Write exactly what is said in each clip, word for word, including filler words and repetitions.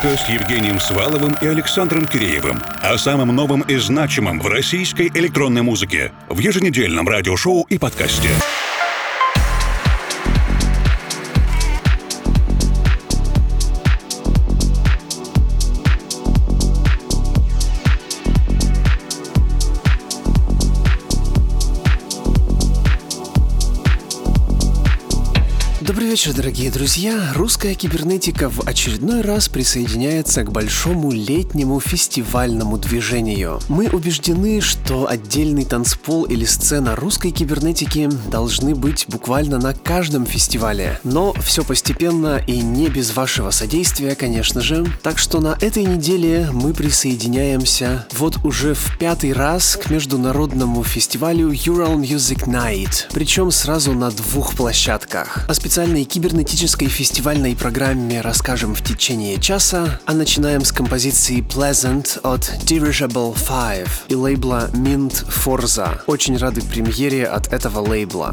музыка с Евгением Сваловым и Александром Киреевым. О самом новом и значимом в российской электронной музыке в еженедельном радиошоу и подкасте. Добрый вечер, дорогие друзья! Русская кибернетика в очередной раз присоединяется к большому летнему фестивальному движению. Мы убеждены, что отдельный танцпол или сцена русской кибернетики должны быть буквально на каждом фестивале. Но все постепенно и не без вашего содействия, конечно же. Так что на этой неделе мы присоединяемся вот уже в пятый раз к международному фестивалю Ural Music Night. Причем сразу на двух площадках. О специальной кибернетической фестивальной программе расскажем в течение часа, а начинаем с композиции Pleasant от Dirigible пять и лейбла Mint Forza. Очень рады премьере от этого лейбла.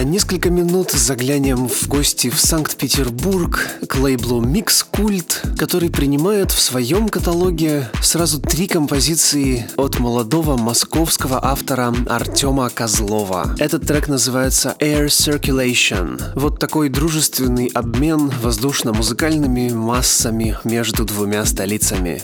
несколько минут заглянем в гости в Санкт-Петербург к лейблу Mix Cult, который принимает в своем каталоге сразу три композиции от молодого московского автора Артема Козлова. Этот трек называется Air Circulation. Вот такой дружественный обмен воздушно-музыкальными массами между двумя столицами.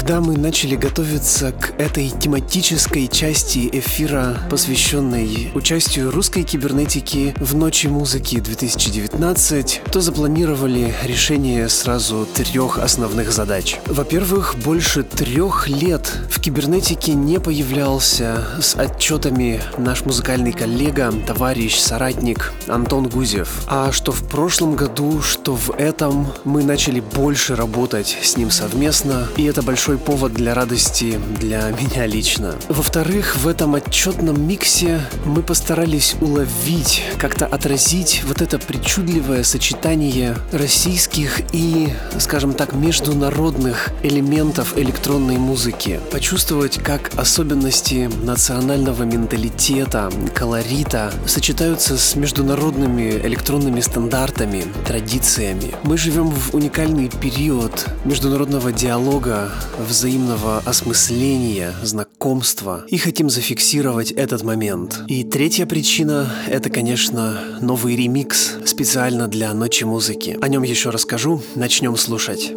когда мы начали готовиться к этой тематической части эфира, посвященной участию русской кибернетики в Ночи музыки две тысячи девятнадцать, то запланировали решение сразу трех основных задач. Во-первых, больше трех лет в кибернетике не появлялся с отчетами наш музыкальный коллега, товарищ, соратник Антон Гузев. А что в прошлом году, что в этом мы начали больше работать с ним совместно, и это большой повод для радости для меня лично. Во-вторых, в этом отчетном миксе мы постарались уловить, как-то отразить вот это причудливое сочетание российских и, скажем так, международных элементов электронной музыки. Почувствовать, как особенности национального менталитета, колорита сочетаются с международными электронными стандартами, традициями. Мы живем в уникальный период международного диалога, взаимного осмысления, знакомства и хотим зафиксировать этот момент. И третья причина — это, конечно, новый ремикс специально для Ночи музыки. О нем еще расскажу, начнем слушать.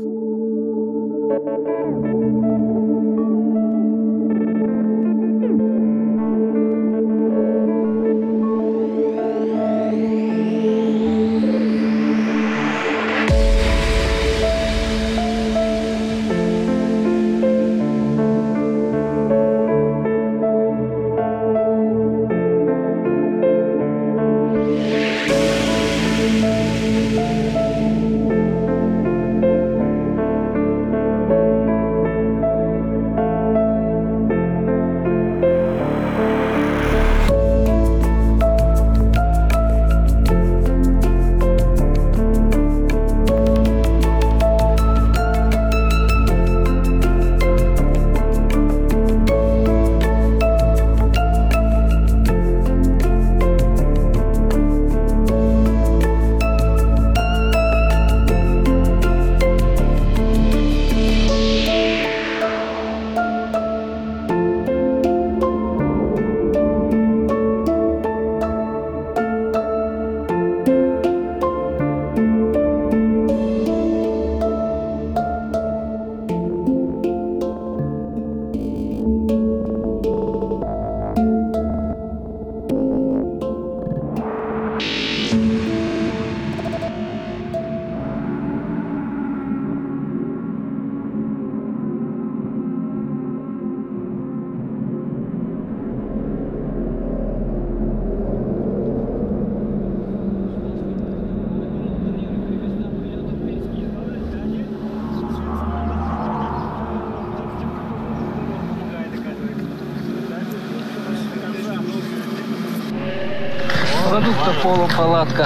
Продуктов полупалатка.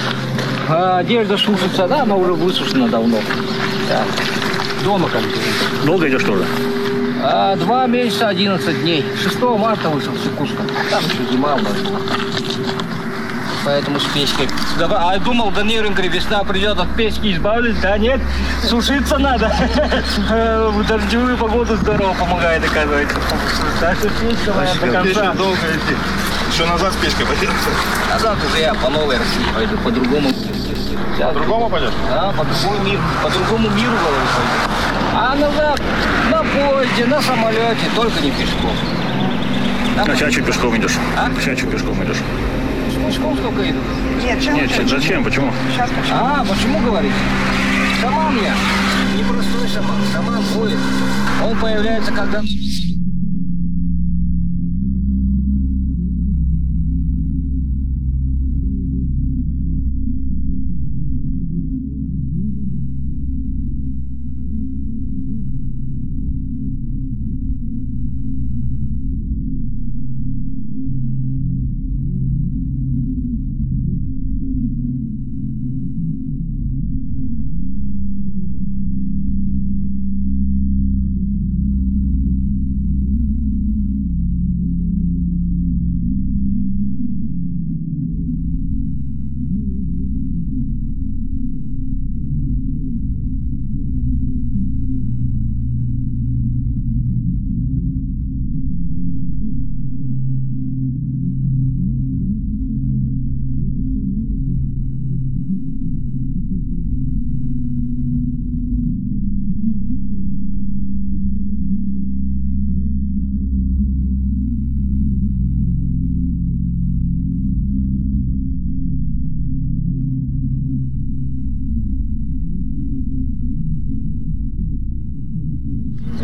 А одежда сушится, да, она уже высушена давно. Да. Дома как-то. Долго идешь тоже? А, два месяца, одиннадцать дней. шестого марта вышел с Якутска. Там еще зима у нас была. Поэтому с печкой. А я думал, до Неринга весна придет, от печки избавлюсь. Да нет, сушиться надо. В дождевую погоду здорово помогает, оказывается. Так что печка моя до конца. Долго идти. Еще назад с печкой пойдешь? Назад уже я по новой России пойду, по-другому. По-другому пойдешь? Да, по другому миру, по другому миру говорю, пойду. А назад на поезде, на самолете, только не пешком. А сейчас что пешком идешь? А? Сейчас что пешком идешь? Пешком столько иду. Нет, сейчас. Нет, зачем? Почему? Сейчас почему? А, почему говорите? Шаман я. Не простой шаман, шаман поезд. Он появляется, когда...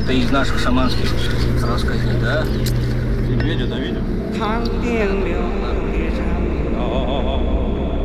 Это из наших шаманских рассказней, да? Видео, да, видео? 长天明月长。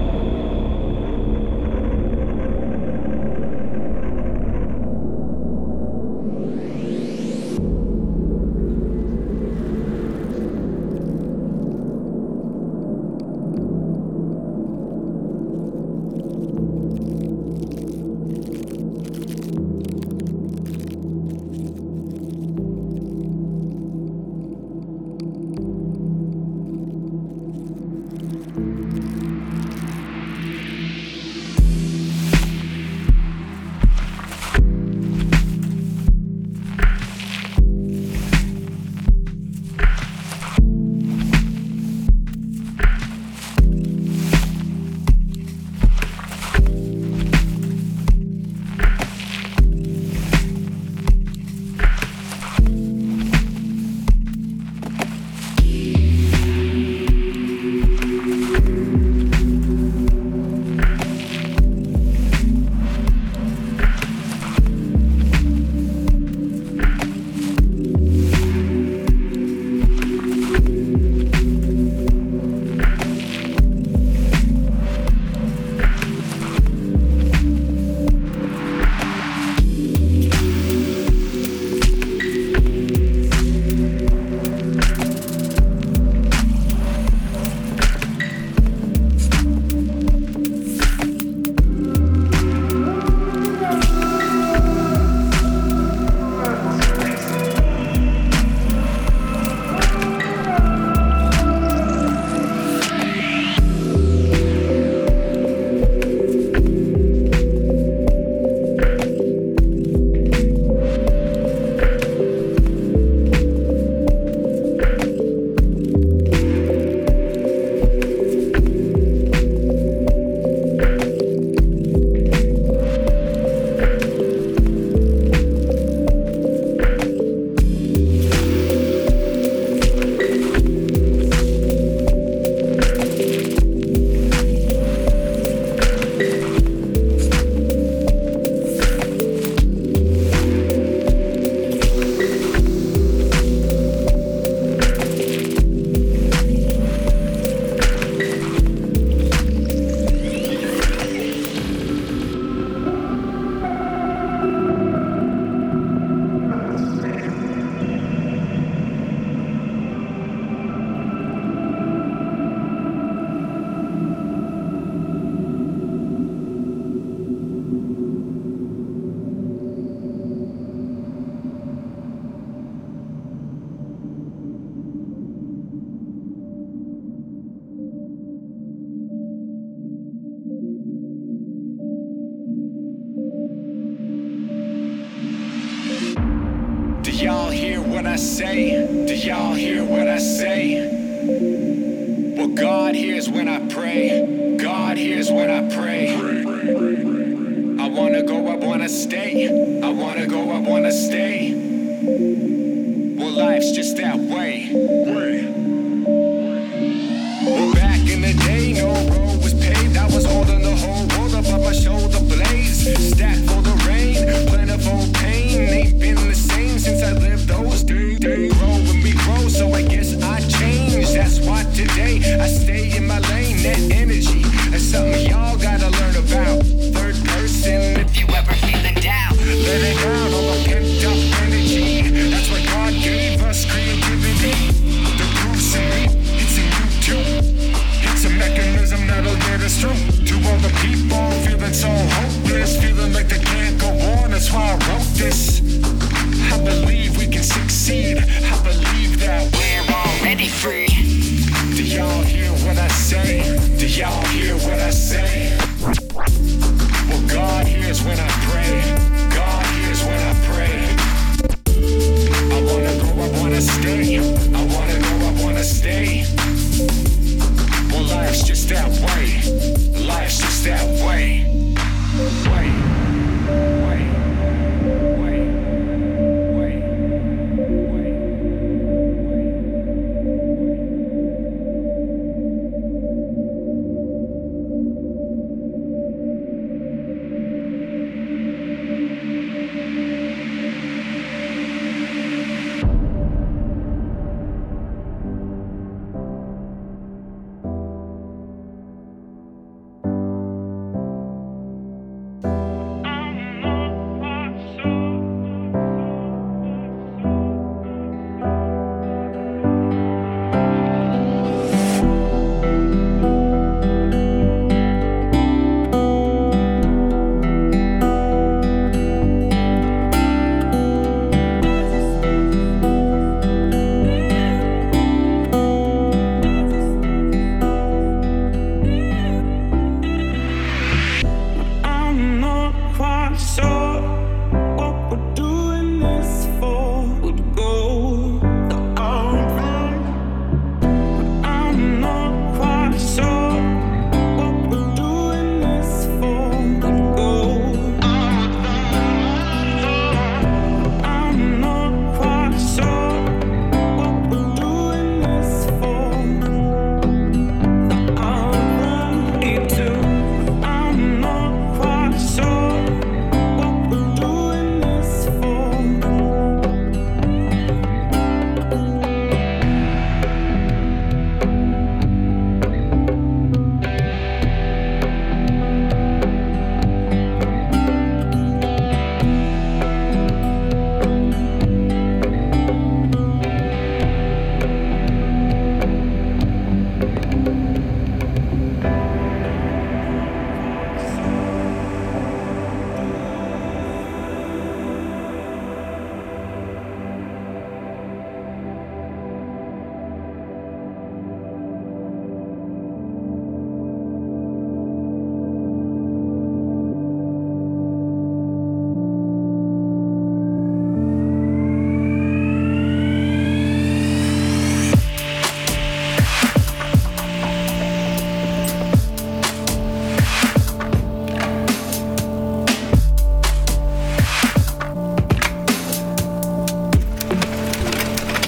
y'all hear what I say? Do y'all hear what I say? Well, God hears when I pray. God hears when I pray. I wanna go, I wanna stay. I wanna go, I wanna stay. Well, life's just that way. Well, back in the day, no road was paved. I was holding the whole world above my shoulder blades. Stacked for the rain, plentiful pain. Ain't been the same since I lived those days. Grow and we grow, so I guess I changed. That's why today I stay in my lane. That energy is something y'all gotta learn about. Third person, if you ever feeling down, let it out all the pent up energy. That's what God gave us, creativity. The proof's in me, it's in you too. It's a mechanism that'll get us through. To all the people feeling so hopeless, feeling like they can't go on. That's why I wrote this. I believe we can succeed. I believe that we're already free. Do y'all hear what I say? Do y'all hear what I say? Well, God hears when I pray. God hears when I pray. I wanna go, I wanna stay. I wanna go, I wanna stay. Well, life's just that way. Life's just that way. Way. Way. Way. Way. Way.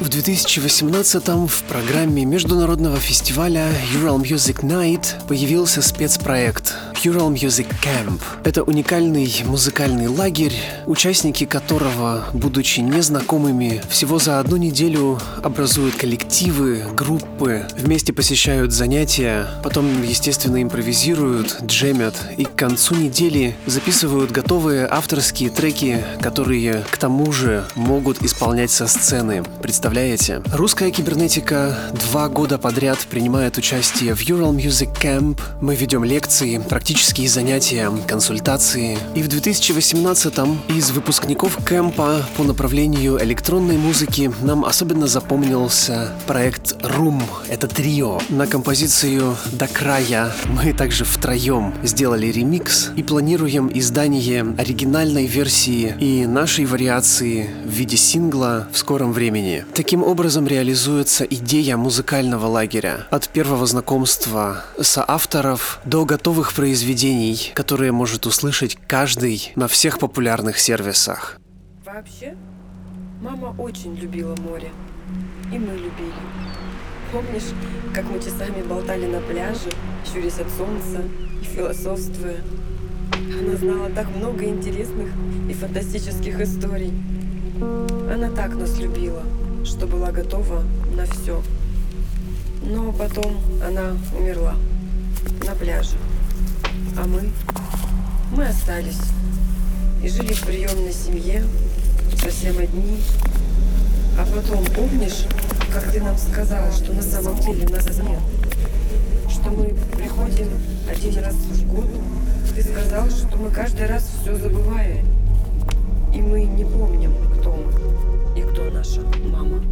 В две тысячи восемнадцатом в программе международного фестиваля Ural Music Night появился спецпроект Ural Music Camp. Это уникальный музыкальный лагерь, участники которого, будучи незнакомыми, всего за одну неделю образуют коллективы, группы, вместе посещают занятия, потом, естественно, импровизируют, джемят и к концу недели записывают готовые авторские треки, которые, к тому же, могут исполнять со сцены. Представляете? Русская кибернетика два года подряд принимает участие в Ural Music Camp. Мы ведем лекции, практические занятия, консультации. И в две тысячи восемнадцатом из выпускников кемпа по направлению электронной музыки нам особенно запомнился проект Room. Это трио. На композицию «До края» мы также втроем сделали ремикс и планируем издание оригинальной версии и нашей вариации в виде сингла в скором времени. Таким образом реализуется идея музыкального лагеря. От первого знакомства соавторов до готовых произведений, которые может услышать каждый на всех популярных сервисах. Вообще, мама очень любила море. И мы любили. Помнишь, как мы часами болтали на пляже, щурясь от солнца и философствуя? Она знала так много интересных и фантастических историй. Она так нас любила, что была готова на все. Но потом она умерла на пляже. А мы, мы остались и жили в приемной семье, совсем одни. А потом, помнишь, как ты нам сказал, что на самом деле нас нет? Что мы приходим один раз в год? Ты сказал, что мы каждый раз все забываем. И мы не помним, кто мы и кто наша мама.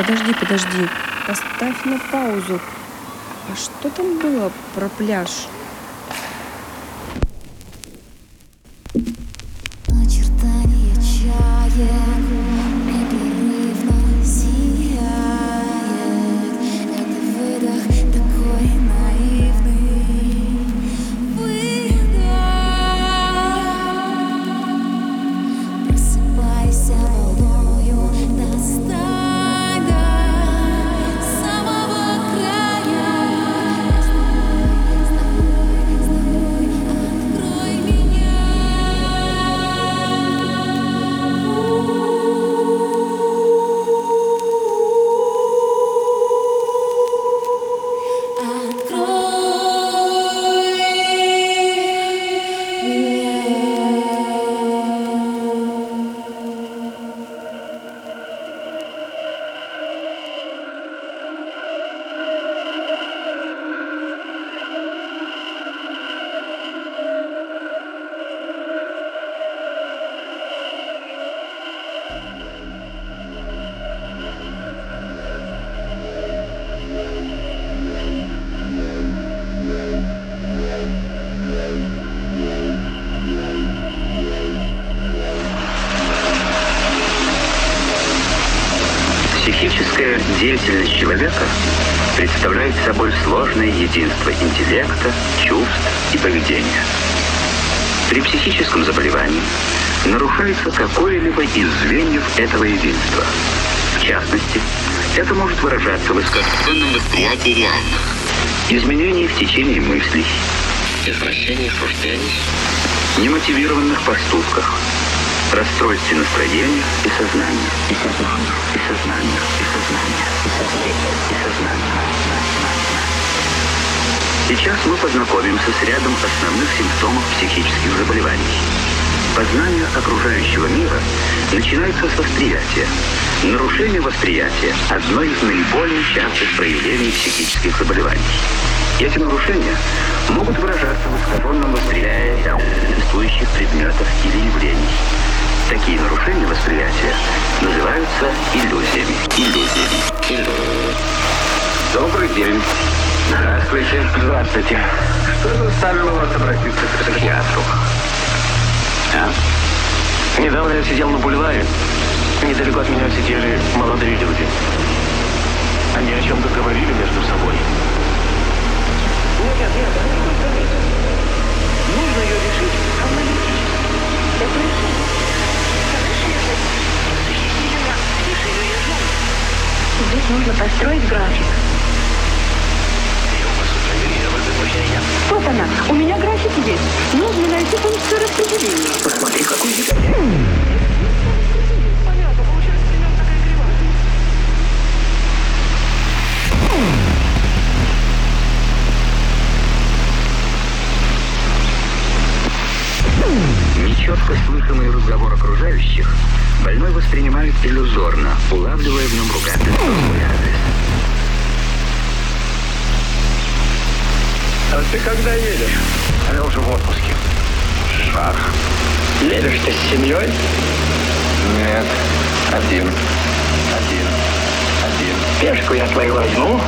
подожди, подожди. Поставь на паузу. А что там было про пляж? Очертания чаек непрерывно сияет. Это выдох такой наивный. Выдох. Просыпайся волною, достань до самого края. С тобой, с тобой, открой меня. Психическая деятельность человека представляет собой сложное единство интеллекта, чувств и поведения. При психическом заболевании нарушается какое-либо из звеньев этого единства. В частности, это может выражаться в искаженном восприятии реальных, изменении в течение мыслей, извращении суждений, немотивированных поступках, расстройстве настроения и сознания, и сознания, и сознания, и сознания, и сознания. Сейчас мы познакомимся с рядом основных симптомов психических заболеваний. Познание окружающего мира начинается с восприятия. Нарушение восприятия – одно из наиболее частых проявлений психических заболеваний. Эти нарушения могут выражаться в искаженном восприятии существующих предметов или явлений. Такие нарушения восприятия называются иллюзиями. Иллюзиями. Иллюзиями. Добрый день. Здравствуйте. Здравствуйте. Что заставило вас обратиться к психиатру? А? Недавно я сидел на бульваре. Недалеко от меня сидели молодые люди. Они о чем-то говорили между собой. Нет, нет, нет, это не компромисс. Нужно ее решить аналитически. Это решение. Здесь нужно построить график. Вот она. У меня график есть. Нужно найти функцию распределения. Посмотри, какой негодяй. Понятно, получается, примерно такая кривая. Нечетко слышимый разговор окружающих больной воспринимает иллюзорно, улавливая в нем ругательство в свой адрес. А ты когда едешь? Я уже в отпуске. Шах. Едешь ты с семьей? Нет, один. Один. Один. Пешку я твою возьму.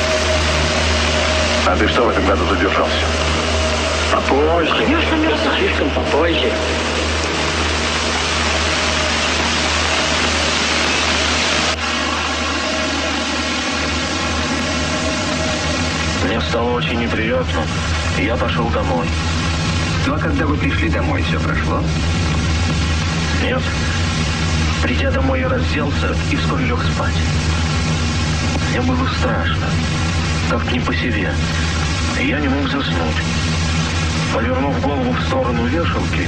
А ты что в этом году задержался? Попозже. Конечно, мерзавец. Слишком попозже. Мне стало очень неприятно, и я пошел домой. Ну а когда вы пришли домой, все прошло? Нет. Придя домой, я разделся и вскоре лег спать. Мне было страшно, как-то не по себе. И я не мог заснуть. Повернув голову в сторону вешалки,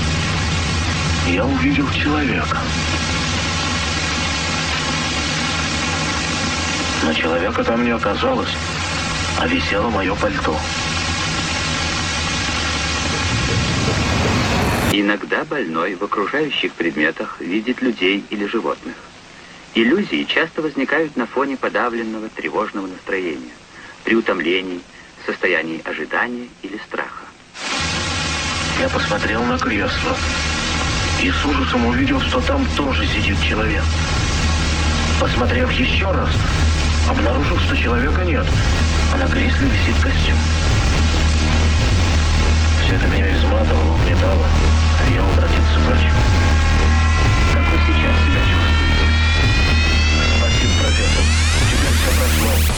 я увидел человека. Но человека там не оказалось, а висело мое пальто. Иногда больной в окружающих предметах видит людей или животных. Иллюзии часто возникают на фоне подавленного тревожного настроения, при утомлении, состоянии ожидания или страха. Я посмотрел на кресло и с ужасом увидел, что там тоже сидит человек. Посмотрев еще раз, обнаружил, что человека нет, а на кресле висит костюм. Все это меня изматывало, угнетало, а я обратился к врачу. Как вы сейчас себя чувствуете? Спасибо, профессор. Теперь все прошло.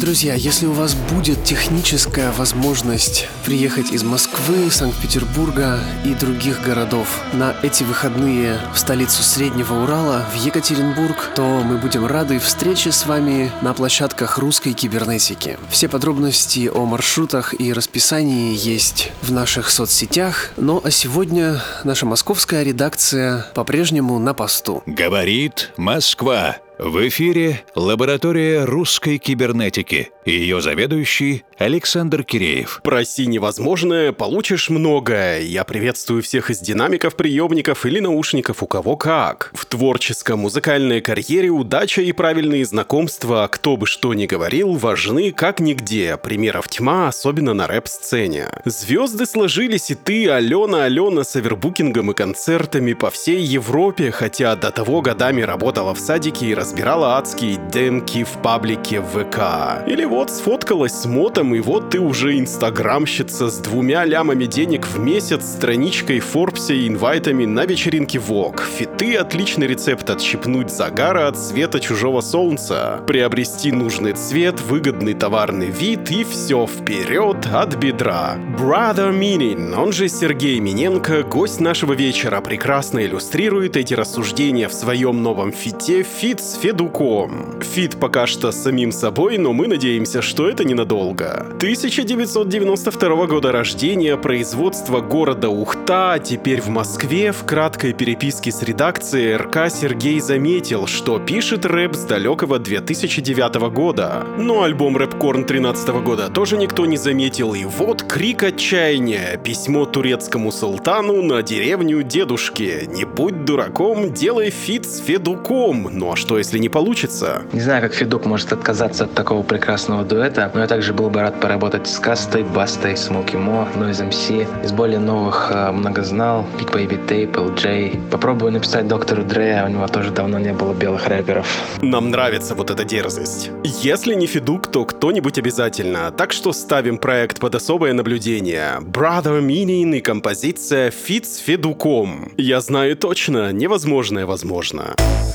друзья, если у вас будет техническая возможность приехать из Москвы, Санкт-Петербурга и других городов на эти выходные в столицу Среднего Урала, в Екатеринбург, то мы будем рады встрече с вами на площадках русской кибернетики. Все подробности о маршрутах и расписании есть в наших соцсетях, но а сегодня наша московская редакция по-прежнему на посту. Говорит Москва. В эфире лаборатория русской кибернетики. Ее заведующий Александр Киреев. Проси невозможное, получишь многое. Я приветствую всех из динамиков, приемников или наушников, у кого как. В творческо-музыкальной карьере удача и правильные знакомства, кто бы что ни говорил, важны как нигде. Примеров тьма, особенно на рэп-сцене. Звезды сложились, и ты, Алена, Алена, с овербукингом и концертами по всей Европе, хотя до того годами работала в садике и разбирала адские демки в паблике в ВК. Или вот сфоткалась с мотом, и вот ты уже инстаграмщица с двумя лямами денег в месяц, страничкой в Форбсе и инвайтами на вечеринке Vogue. Фиты — отличный рецепт отщипнуть загара от света чужого солнца. Приобрести нужный цвет, выгодный товарный вид и все вперед от бедра. Brother Meaning, он же Сергей Миненко, гость нашего вечера, прекрасно иллюстрирует эти рассуждения в своем новом фите «Фит с Федуком». Фит пока что с самим собой, но мы надеемся, что это ненадолго. тысяча девятьсот девяносто второго года рождения, производство города Ухта, а теперь в Москве. В краткой переписке с редакцией эр ка Сергей заметил, что пишет рэп с далекого две тысячи девятого года. Но альбом «Рэпкорн» тринадцатого года тоже никто не заметил, и вот крик отчаяния. Письмо турецкому султану на деревню дедушки. Не будь дураком, делай фит с Федуком. Ну а что, если не получится? Не знаю, как Федук может отказаться от такого прекрасного дуэта, но я также был бы рад поработать с Кастой, Бастой, Смоки Мо, Noise эм си. Из более новых э, Многознал, Big Baby Tape, эл джей. Попробую написать доктору Дре, у него тоже давно не было белых рэперов. Нам нравится вот эта дерзость. Если не Федук, то кто-нибудь обязательно. Так что ставим проект под особое наблюдение. Brother Meaning и композиция «Фит с Федуком». Я знаю точно, невозможное возможно.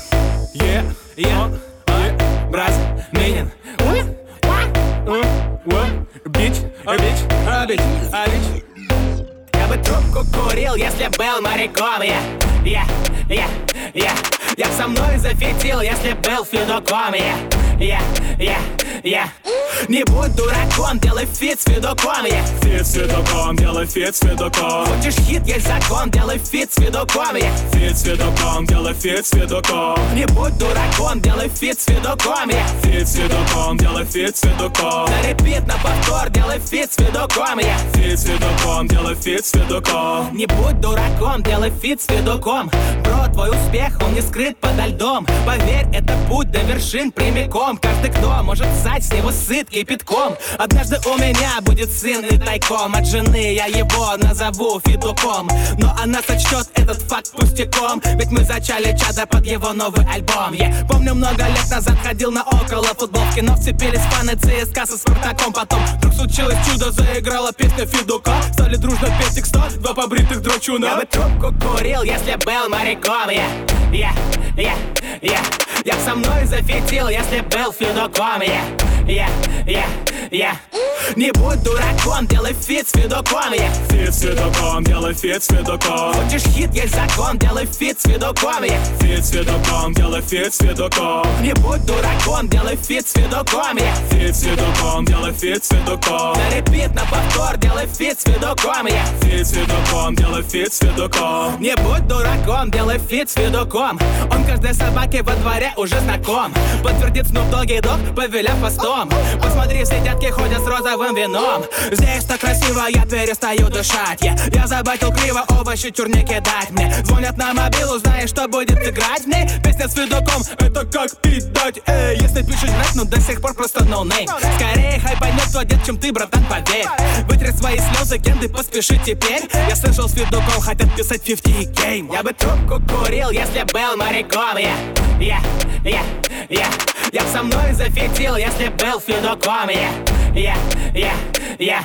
Yeah, yeah, uh, Brother Meaning. Бич, а бич, а бич, а бич. Я бы трубку курил, если был моряком. Я, я, я, я. Я б со мной зафитил, если был Федуком. Я, я, я, я. Не будь дураком, делай фит с Федуком. Я. Фит с Федуком, делай фит с Федуком. Хочешь хит, есть закон, делай фит с Федуком. Я. Фит с Федуком, делай фит с Федуком. Не будь дураком, делай фит с Федуком. Я. Фит с Федуком, делай фит с Федуком. На репит, на повтор, делай фит с Федуком. Я. Фит с Федуком, делай фит с Федуком. Не будь дураком, делай фит с Федуком. Бро, твой успех, он не скрыт подо льдом. Поверь, это путь до вершин прямиком. Каждый, кто может ссать, с него сыт кипятком. Однажды у меня будет сын и тайком от жены я его назову Федуком. Но она сочтет этот факт пустяком, ведь мы зачали чада под его новый альбом. Я yeah. помню, много лет назад ходил на около футболки, но вцепились фаны ЦСКА со Спартаком. Потом вдруг случилось чудо, заиграла песня Федука. Стали дружно петь текста, два побритых драчуна. Я бы трубку курил, если был моряком. Я, я, я, я. Я б со мной зафитил, если был Федуком. Я, я, я, я. Не будь дураком, делай фит с Федуком. Я. Фит с Федуком, делай фит с Федуком. Хочешь хит, есть закон, делай фит с Федуком. Я. Фит с Федуком, делай фит с Федуком. Не будь дураком, делай фит с Федуком. Я. Фит с Федуком, делай фит с Федуком. На репит, на повтор, делай фит с Федуком. Я. Фит с Федуком, делай фит с Федуком. Не будь дураком, делай фит с Федуком. Он каждой собаке во дворе уже знаком. Подтвердит Snoop Doggy Dogg, повеляв постом. Посмотри, все детки ходят с розовым вином. Здесь так красиво, я перестаю дышать. Я, я забатил криво, овощи чур не кидать мне. Звонят на мобилу, знаешь, что будет играть мне. Песня с Федуком, это как пить дать. Эй, если пишешь рэп, ну до сих пор просто no name. Скорее хайпанет твой дед, чем ты, братан, поверь. Вытри свои слезы, кенды, поспеши теперь. Я слышал, с Федуком хотят писать пятьдесят гейм. Я бы трубку курил, если был моряком. Я, я, я, я. Я б со мной зафитил, если был Федуком. Я, я, я, я.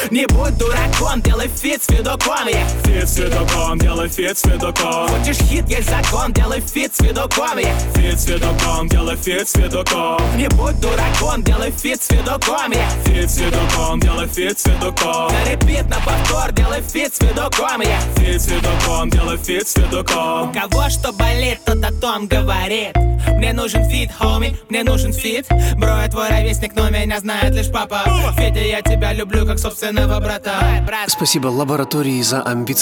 Не будь дураком, делай фит с Федуком, yeah. Фит с Федуком, делай фит с Федуком. Хочешь хит, есть закон, делай фит с Федуком, yeah. Фит с Федуком, делай фит с Федуком. Не будь дураком, делай фит с Федуком, yeah. Фит с Федуком, делай фит с Федуком. На репит, на повтор, делай фит с Федуком, yeah. Фит с Федуком, делай фит с Федуком. У кого что болит, тот о том говорит. Мне нужен фит, хоми, мне нужен фит. Бро, я твой ровесник, но меня знает лишь папа. Федя, я тебя люблю, как собственного брата. Спасибо лаборатории за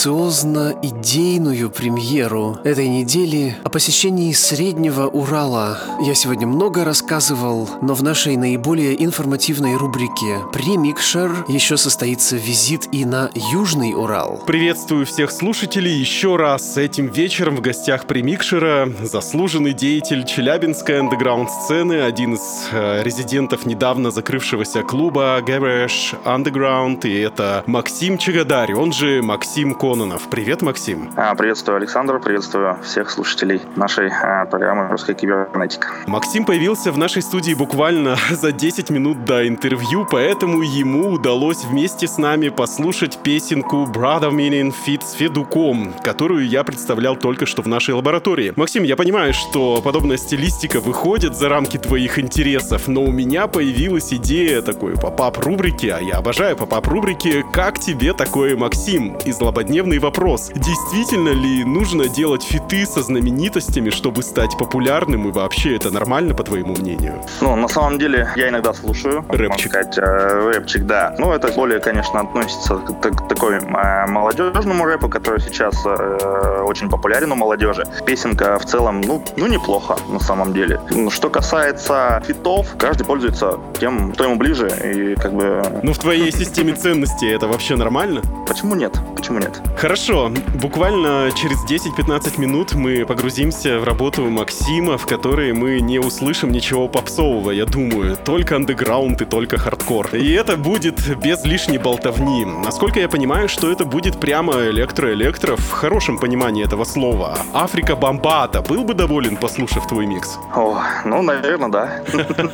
амбициозно-идейную премьеру этой недели о посещении Среднего Урала. Я сегодня много рассказывал, но в нашей наиболее информативной рубрике «Премикшер» еще состоится визит и на Южный Урал. Приветствую всех слушателей еще раз. Этим вечером в гостях Премикшера заслуженный деятель челябинской андеграунд-сцены, один из э, резидентов недавно закрывшегося клуба Garage Underground, и это Максим Чагадарь, он же Максим Кононов. Привет, Максим. А, приветствую, Александр, приветствую всех слушателей нашей а, программы «Русская кибернетика». Максим появился в нашей студии буквально за десять минут до интервью, поэтому ему удалось вместе с нами послушать песенку Brother Meaning Fit с Федуком, которую я представлял только что в нашей лаборатории. Максим, я понимаю, что подобная стилистика выходит за рамки твоих интересов, но у меня появилась идея такой поп-ап-рубрики, а я обожаю поп-ап-рубрики. Как тебе такое, Максим? И злободневный вопрос. Действительно ли нужно делать фиты со знаменитостями, чтобы стать популярным, и вообще это нормально, по твоему мнению? Ну, на самом деле, я иногда слушаю. Рэпчик. Сказать, э, рэпчик, да. Ну, это более, конечно, относится к, к такой э, молодежному рэпу, который сейчас э, очень популярен у молодежи. Песенка в целом, ну, ну, неплохо, на самом деле. Что касается фитов, каждый пользуется тем, кто ему ближе, и как бы... Ну, в твоей системе ценностей это вообще нормально? Почему нет? Почему нет? Хорошо. Буквально через десять-пятнадцать минут мы погрузимся в работу Максима, в которой мы не услышим ничего попсового, я думаю. Только андеграунд и только хардкор. И это будет без лишней болтовни. Насколько я понимаю, что это будет прямо электро-электро в хорошем понимании этого слова. Африка Бомбата. Был бы доволен, послушав твой микс? О, ну, наверное, да.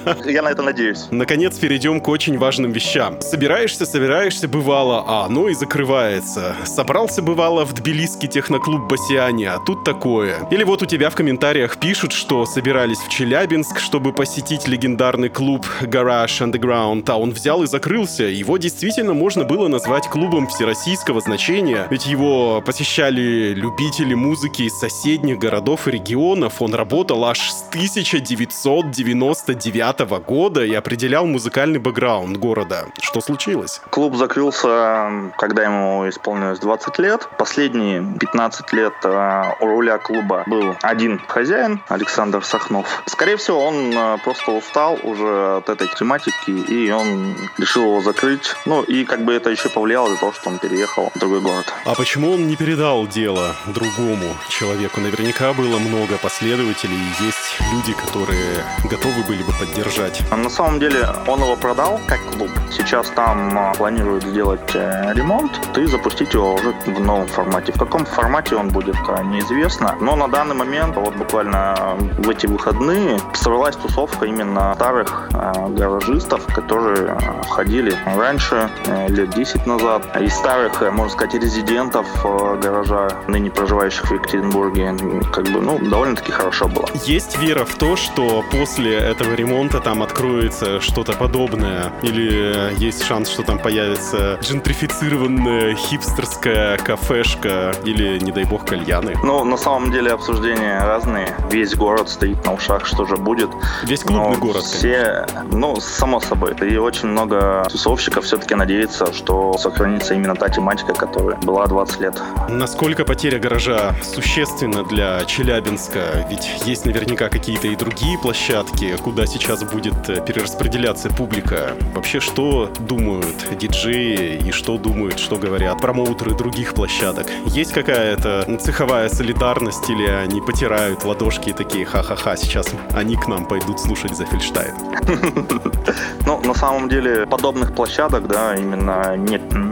Я на это надеюсь. Наконец перейдем к очень важным вещам. Собираешься, собираешься, бывало, а оно и закрывается. Собрался, бывало, в тбилисский техноклуб Басиани, а тут такое. Или вот у тебя в комментариях пишут, что собирались в Челябинск, чтобы посетить легендарный клуб Garage Underground, а он взял и закрылся. Его действительно можно было назвать клубом всероссийского значения, ведь его посещали любители музыки из соседних городов и регионов. Он работал аж с тысяча девятьсот девяносто девятого года и определял музыкальный бэкграунд города. Что случилось? Клуб закрылся, когда ему исполнилось двадцать лет. Последние пятнадцать лет у руля клуба был один хозяин, Александр Сахнов. Скорее всего, он просто устал уже от этой тематики, и он решил его закрыть. Ну, и как бы это еще повлияло на то, что он переехал в другой город. А почему он не передал дело другому человеку? Наверняка было много последователей, и есть люди, которые готовы были бы поддержать. На самом деле, он его продал как клуб. Сейчас там планируют сделать ремонт и запустить его уже в новом формате. В каком формате он будет, неизвестно. Но на данный момент, вот буквально в эти выходные, собралась тусовка именно старых э, гаражистов, которые ходили раньше, э, лет десять назад. Из старых, э, можно сказать, резидентов э, гаража, ныне проживающих в Екатеринбурге, как бы, ну, довольно-таки хорошо было. Есть вера в то, что после этого ремонта там откроется что-то подобное? Или есть шанс, что там появится джентрифицированная хипстерская кафешка или, не дай бог, кальяны? Ну, на самом деле обсуждения разные. Весь город стоит на ушах, что же будет. Весь клубный Но город, все, ну, само собой. И очень много тусовщиков все-таки надеется, что сохранится именно та тематика, которая была двадцать лет. Насколько потеря гаража существенна для Челябинска? Ведь есть наверняка какие-то и другие площадки, куда сейчас будет перераспределяться публика. Вообще, что думают диджеи и что думают, что говорят промоутеры других площадок? Есть какая-то цеховая солидарность или они потирают ладошки и такие: ха-ха-ха, сейчас они к нам пойдут слушать Зефельштайн? Ну, на самом деле, подобных площадок, да, именно нет,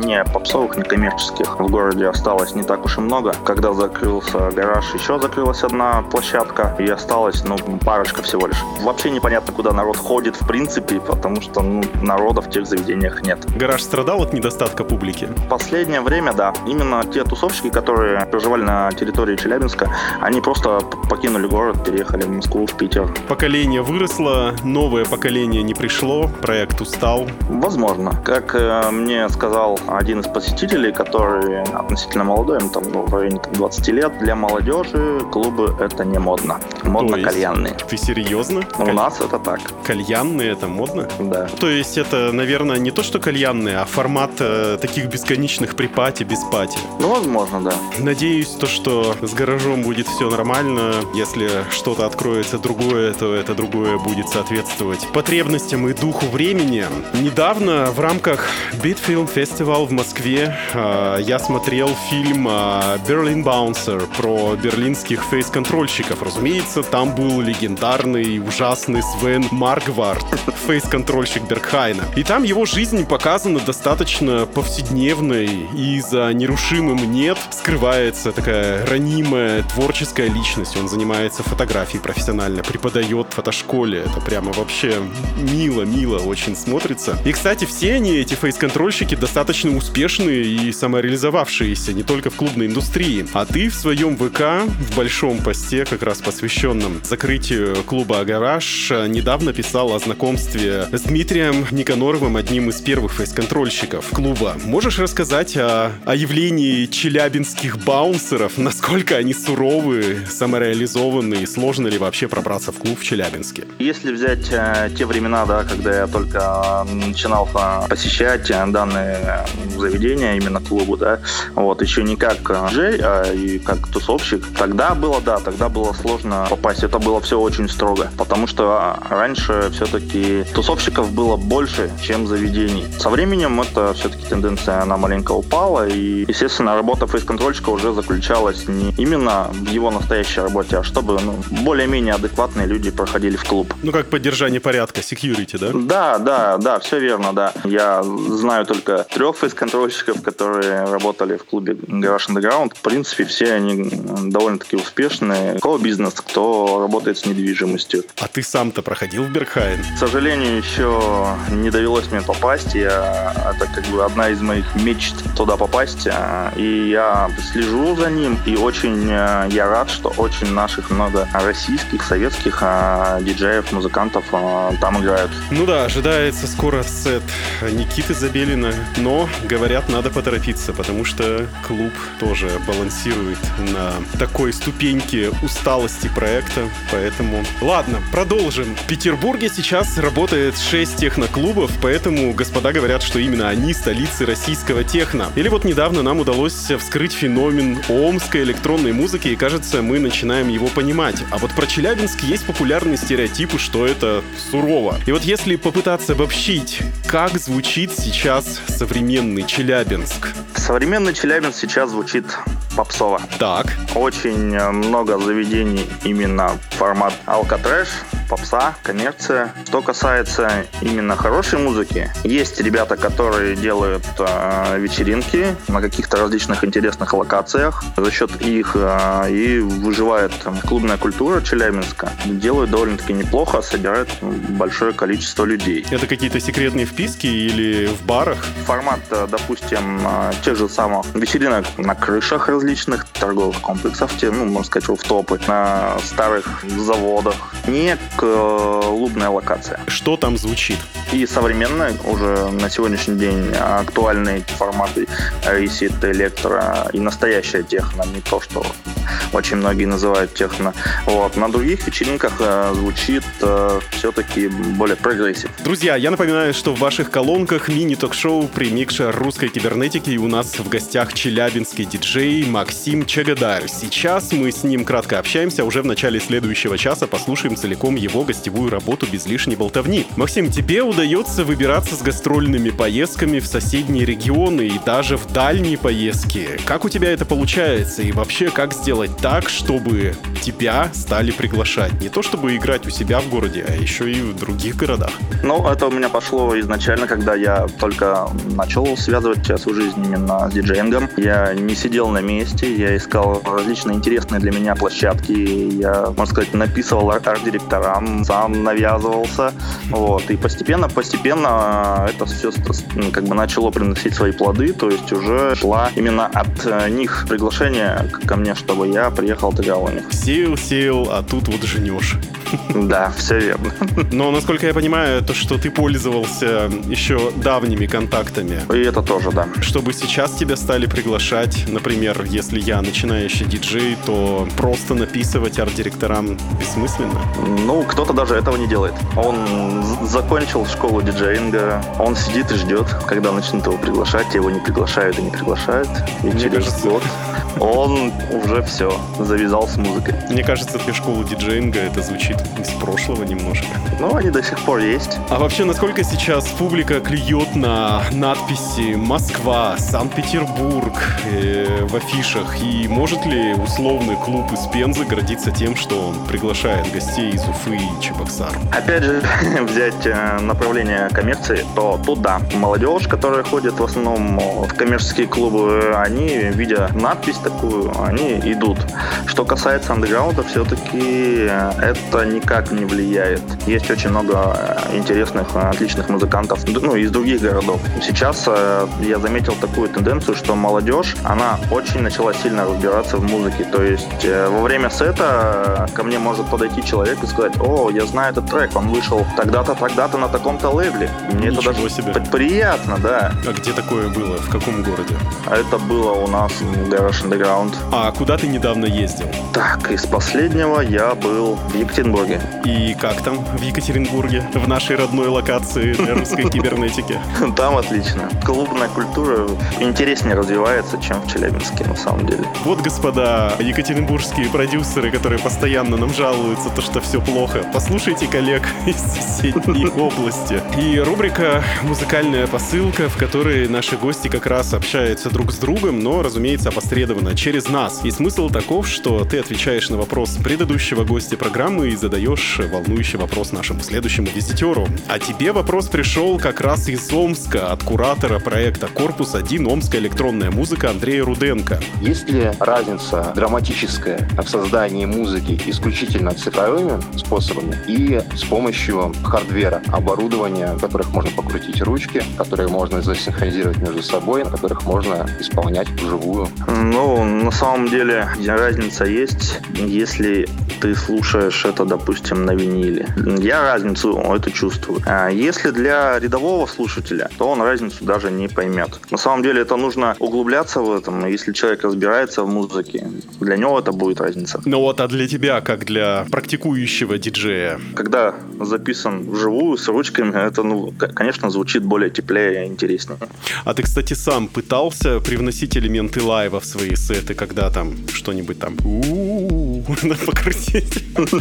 не попсовых, не коммерческих в городе осталось не так уж и много. Когда закрылся гараж, еще закрылась одна площадка, и осталось, ну, парочка всего лишь. Вообще непонятно, куда народ ходит, в принципе, потому что, ну, народа в тех заведениях нет. Гараж страдал от недостатка публики? В последнее время, да. Именно те тусовщики, которые проживали на территории Челябинска, они просто покинули город, переехали в Москву, в Питер. Поколение выросло, новое поколение не пришло, проект устал. Возможно. Как э, мне сказал один из посетителей, который относительно молодой, ему там ну, в районе двадцати лет, для молодежи клубы это не модно. Модно кальянные. Ты серьезно? У Каль... нас это так. Кальянные это модно? Да. То есть это, наверное, не то, что кальянные, а формат э, таких бесконечных припати без пати. Ну, возможно, да. Надеюсь, то, что с гаражом будет все нормально. Если что-то откроется другое, то это другое будет соответствовать потребностям и духу времени. Недавно в рамках Beat Film Festival в Москве э, я смотрел фильм э, Berlin Bouncer про берлинских фейс-контрольщиков. Разумеется, там был легендарный, ужасный Свен Марквард, фейс-контрольщик Бергхайна. И там его жизнь показана достаточно повседневной, и за нерушимым «нет» скрывается такая ранимая творческая личность. Он занимается фотографией профессионально, преподает в фотошколе. Это прямо вообще мило-мило очень смотрится. И, кстати, все они, эти фейс-контрольщики, достаточно успешные и самореализовавшиеся не только в клубной индустрии. А ты в своем ВК, в большом посте, как раз посвященном закрытию клуба «Гараж», недавно писал о знакомстве с Дмитрием Никоноровым, одним из первых фейс-контрольщиков клуба. Можешь рассказать о, о явлении челябинских баунсеров? Насколько они суровы, самореализованы, и сложно ли вообще пробраться в клуб в Челябинске? Если взять э, те времена, да, когда я только начинал э, посещать э, данные заведения, именно клубу, да, вот, еще не как диджей, а и как тусовщик, тогда было, да, тогда было сложно попасть. Это было все очень строго, потому что раньше все-таки тусовщиков было больше, чем заведений. Со временем это все-таки тенденция, она маленько упала, и, естественно, работа фейс-контрольщика уже заключалась не именно в его настоящей работе, а чтобы, ну, более-менее адекватные люди проходили в клуб. Ну, как поддержание порядка, security, да? Да, да, да, все верно, да. Я знаю только трех фейс-контрольщиков, которые работали в клубе Garage Underground. В принципе, все они довольно-таки успешные. Кто бизнес, кто работает с недвижимостью. А ты сам-то проходил в Бергхайн? К сожалению, еще не довелось мне попасть. Я, это как бы одна из моих мечт туда попасть. И я слежу за ним. И очень я рад, что очень наших много российских, советских диджеев, музыкантов там играют. Ну да, ожидается скоро сет Никиты Забелина. Но, говорят, надо поторопиться, потому что клуб тоже балансирует на такой ступеньке усталости проекта. Поэтому... Ладно, продолжим. В Петербурге сейчас работает шесть техноклубов, поэтому господа говорят, что именно они столицы российского техно. Или вот недавно нам удалось вскрыть феномен омской электронной музыки, и кажется, мы начинаем его понимать. А вот про Челябинск есть популярные стереотипы, что это сурово. И вот если попытаться обобщить, как звучит сейчас современный Челябинск? Современный Челябинск сейчас звучит попсово. Так. Очень много заведений именно формат алкотрэш, попса, коммерция. Что касается именно хорошей музыки, есть ребята, которые делают э, вечеринки на каких-то различных интересных локациях. За счет их э, и выживает там, клубная культура Челябинска. Делают довольно-таки неплохо, собирают большое количество людей. Это какие-то секретные вписки или в барах? Формат, допустим, тех же самых вечеринок на крышах различных торговых комплексов, те, ну, можно сказать, руфтопы, на старых заводах. Не клубная локация. Что там звучит? И современные, уже на сегодняшний день актуальные форматы рейсит, электро и настоящая техно, не то, что очень многие называют техно. Вот. На других вечеринках э, звучит э, все-таки более прогрессив. Друзья, я напоминаю, что в ваших колонках мини-ток-шоу «Премикша русской кибернетики», и у нас в гостях челябинский диджей Максим Чагадар. Сейчас мы с ним кратко общаемся, а уже в начале следующего часа послушаем целиком его гостевую работу без лишней болтовни. Максим, тебе удалось удается выбираться с гастрольными поездками в соседние регионы и даже в дальние поездки. Как у тебя это получается? И вообще, как сделать так, чтобы тебя стали приглашать? Не то чтобы играть у себя в городе, а еще и в других городах. Ну, это у меня пошло изначально, когда я только начал связывать свою жизнь именно с диджеингом. Я не сидел на месте, я искал различные интересные для меня площадки. Я, можно сказать, написывал арт-директорам, сам навязывался. Вот. И постепенно, постепенно это все как бы начало приносить свои плоды. То есть уже шла именно от них приглашение ко мне, чтобы я приехал, отыграл у них. Сеял, сеял, а тут вот женешь. Да, все верно. Но, насколько я понимаю, то, что ты пользовался еще давними контактами. И это тоже, да. Чтобы сейчас тебя стали приглашать, например, если я начинающий диджей, то просто написывать арт-директорам бессмысленно? Ну, кто-то даже этого не делает. Он закончил школу диджеинга, он сидит и ждет, когда начнут его приглашать, его не приглашают и не приглашают. И Мне через кажется... год он уже все, завязал с музыкой. Мне кажется, для школы диджеинга это звучит из прошлого немножко. Ну, они до сих пор есть. А вообще, насколько сейчас публика клюет на надписи «Москва», «Санкт-Петербург» э, в афишах? И может ли условный клуб из Пензы гордиться тем, что он приглашает гостей из Уфы и Чебоксар? Опять же, взять направление коммерции, то тут да. Молодежь, которая ходит в основном в коммерческие клубы, они, видя надпись такую, они идут. Что касается андеграунда, все-таки это никак не влияет. Есть очень много интересных, отличных музыкантов, ну, из других городов. Сейчас я заметил такую тенденцию, что молодежь, она очень начала сильно разбираться в музыке. То есть во время сета ко мне может подойти человек и сказать: о, я знаю этот трек, он вышел тогда-то, тогда-то на таком-то лейбле. Мне Ничего это даже себе. приятно, да. А где такое было? В каком городе? Это было у нас в Garage Underground. А куда ты недавно ездил? Так, из последнего я был в Екатеринбурге. И как там в Екатеринбурге, в нашей родной локации для русской кибернетики? Там отлично. Клубная культура интереснее развивается, чем в Челябинске, на самом деле. Вот, господа, екатеринбургские продюсеры, которые постоянно нам жалуются, то, что все плохо. Послушайте коллег из соседней области. И рубрика «Музыкальная посылка», в которой наши гости как раз общаются друг с другом, но, разумеется, опосредованно через нас. И смысл таков, что ты отвечаешь на вопрос предыдущего гостя программы и задаешь волнующий вопрос нашему следующему визитеру. А тебе вопрос пришел как раз из Омска, от куратора проекта «Корпус один. Омская электронная музыка» Андрея Руденко. Есть ли разница драматическая в создании музыки исключительно цифровыми способами и с помощью хардвера, оборудования, в которых можно покрутить ручки, которые можно засинхронизировать между собой, на которых можно исполнять вживую? Ну, на самом деле разница есть, если ты слушаешь это, допустим, на виниле. Я разницу эту чувствую. А если для рядового слушателя, то он разницу даже не поймет. На самом деле это нужно углубляться в этом. Если человек разбирается в музыке, для него это будет разница. Ну вот, а для тебя, как для практикующего диджея? Когда записан вживую с ручками, это, ну, конечно, звучит более теплее и интереснее. А ты, кстати, сам пытался привносить элементы лайва в свои сеты, когда там что-нибудь там покрутить?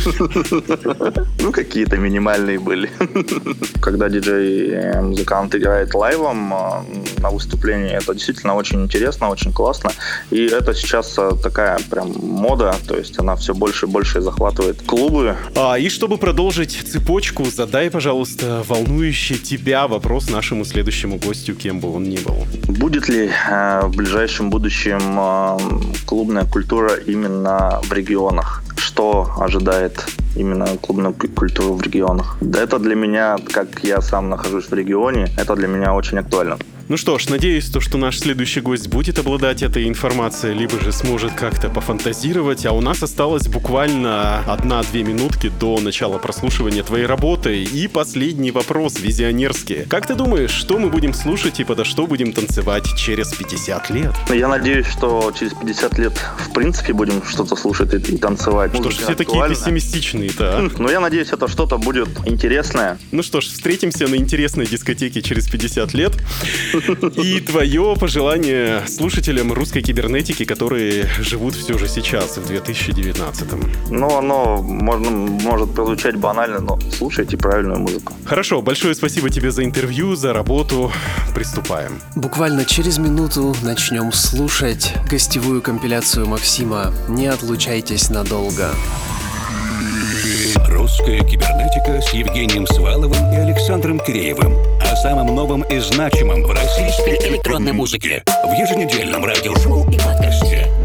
Ну, какие-то минимальные были. Когда диджей-музыкант играет лайвом на выступлении, это действительно очень интересно, очень классно. И это сейчас такая прям мода, то есть она все больше и больше захватывает клубы. А, и чтобы продолжить цепочку, задай, пожалуйста, волнующий тебя вопрос нашему следующему гостю, кем бы он ни был. Будет ли э, в ближайшем будущем э, клубная культура именно в регионах? Что ожидает именно клубную культуру в регионах? Да, это для меня, как я сам нахожусь в регионе, это для меня очень актуально. Ну что ж, надеюсь, то, что наш следующий гость будет обладать этой информацией, либо же сможет как-то пофантазировать. А у нас осталось буквально одна-две минутки до начала прослушивания твоей работы. И последний вопрос, визионерский. Как ты думаешь, что мы будем слушать и подо что будем танцевать через пятьдесят лет? Я надеюсь, что через пятьдесят лет в принципе будем что-то слушать и танцевать. Что ж, все такие пессимистичные-то, а? Ну, я надеюсь, это что-то будет интересное. Ну что ж, встретимся на интересной дискотеке через пятьдесят лет. И твое пожелание слушателям русской кибернетики, которые живут все же сейчас, в две тысячи девятнадцатом. Ну, оно можно, может прозвучать банально, но слушайте правильную музыку. Хорошо, большое спасибо тебе за интервью, за работу. Приступаем. Буквально через минуту начнем слушать гостевую компиляцию Максима. Не отлучайтесь надолго. Русская кибернетика с Евгением Сваловым и Александром Киреевым. О самом новом и значимом в российской электронной музыке. В еженедельном радиошоу и подкасте.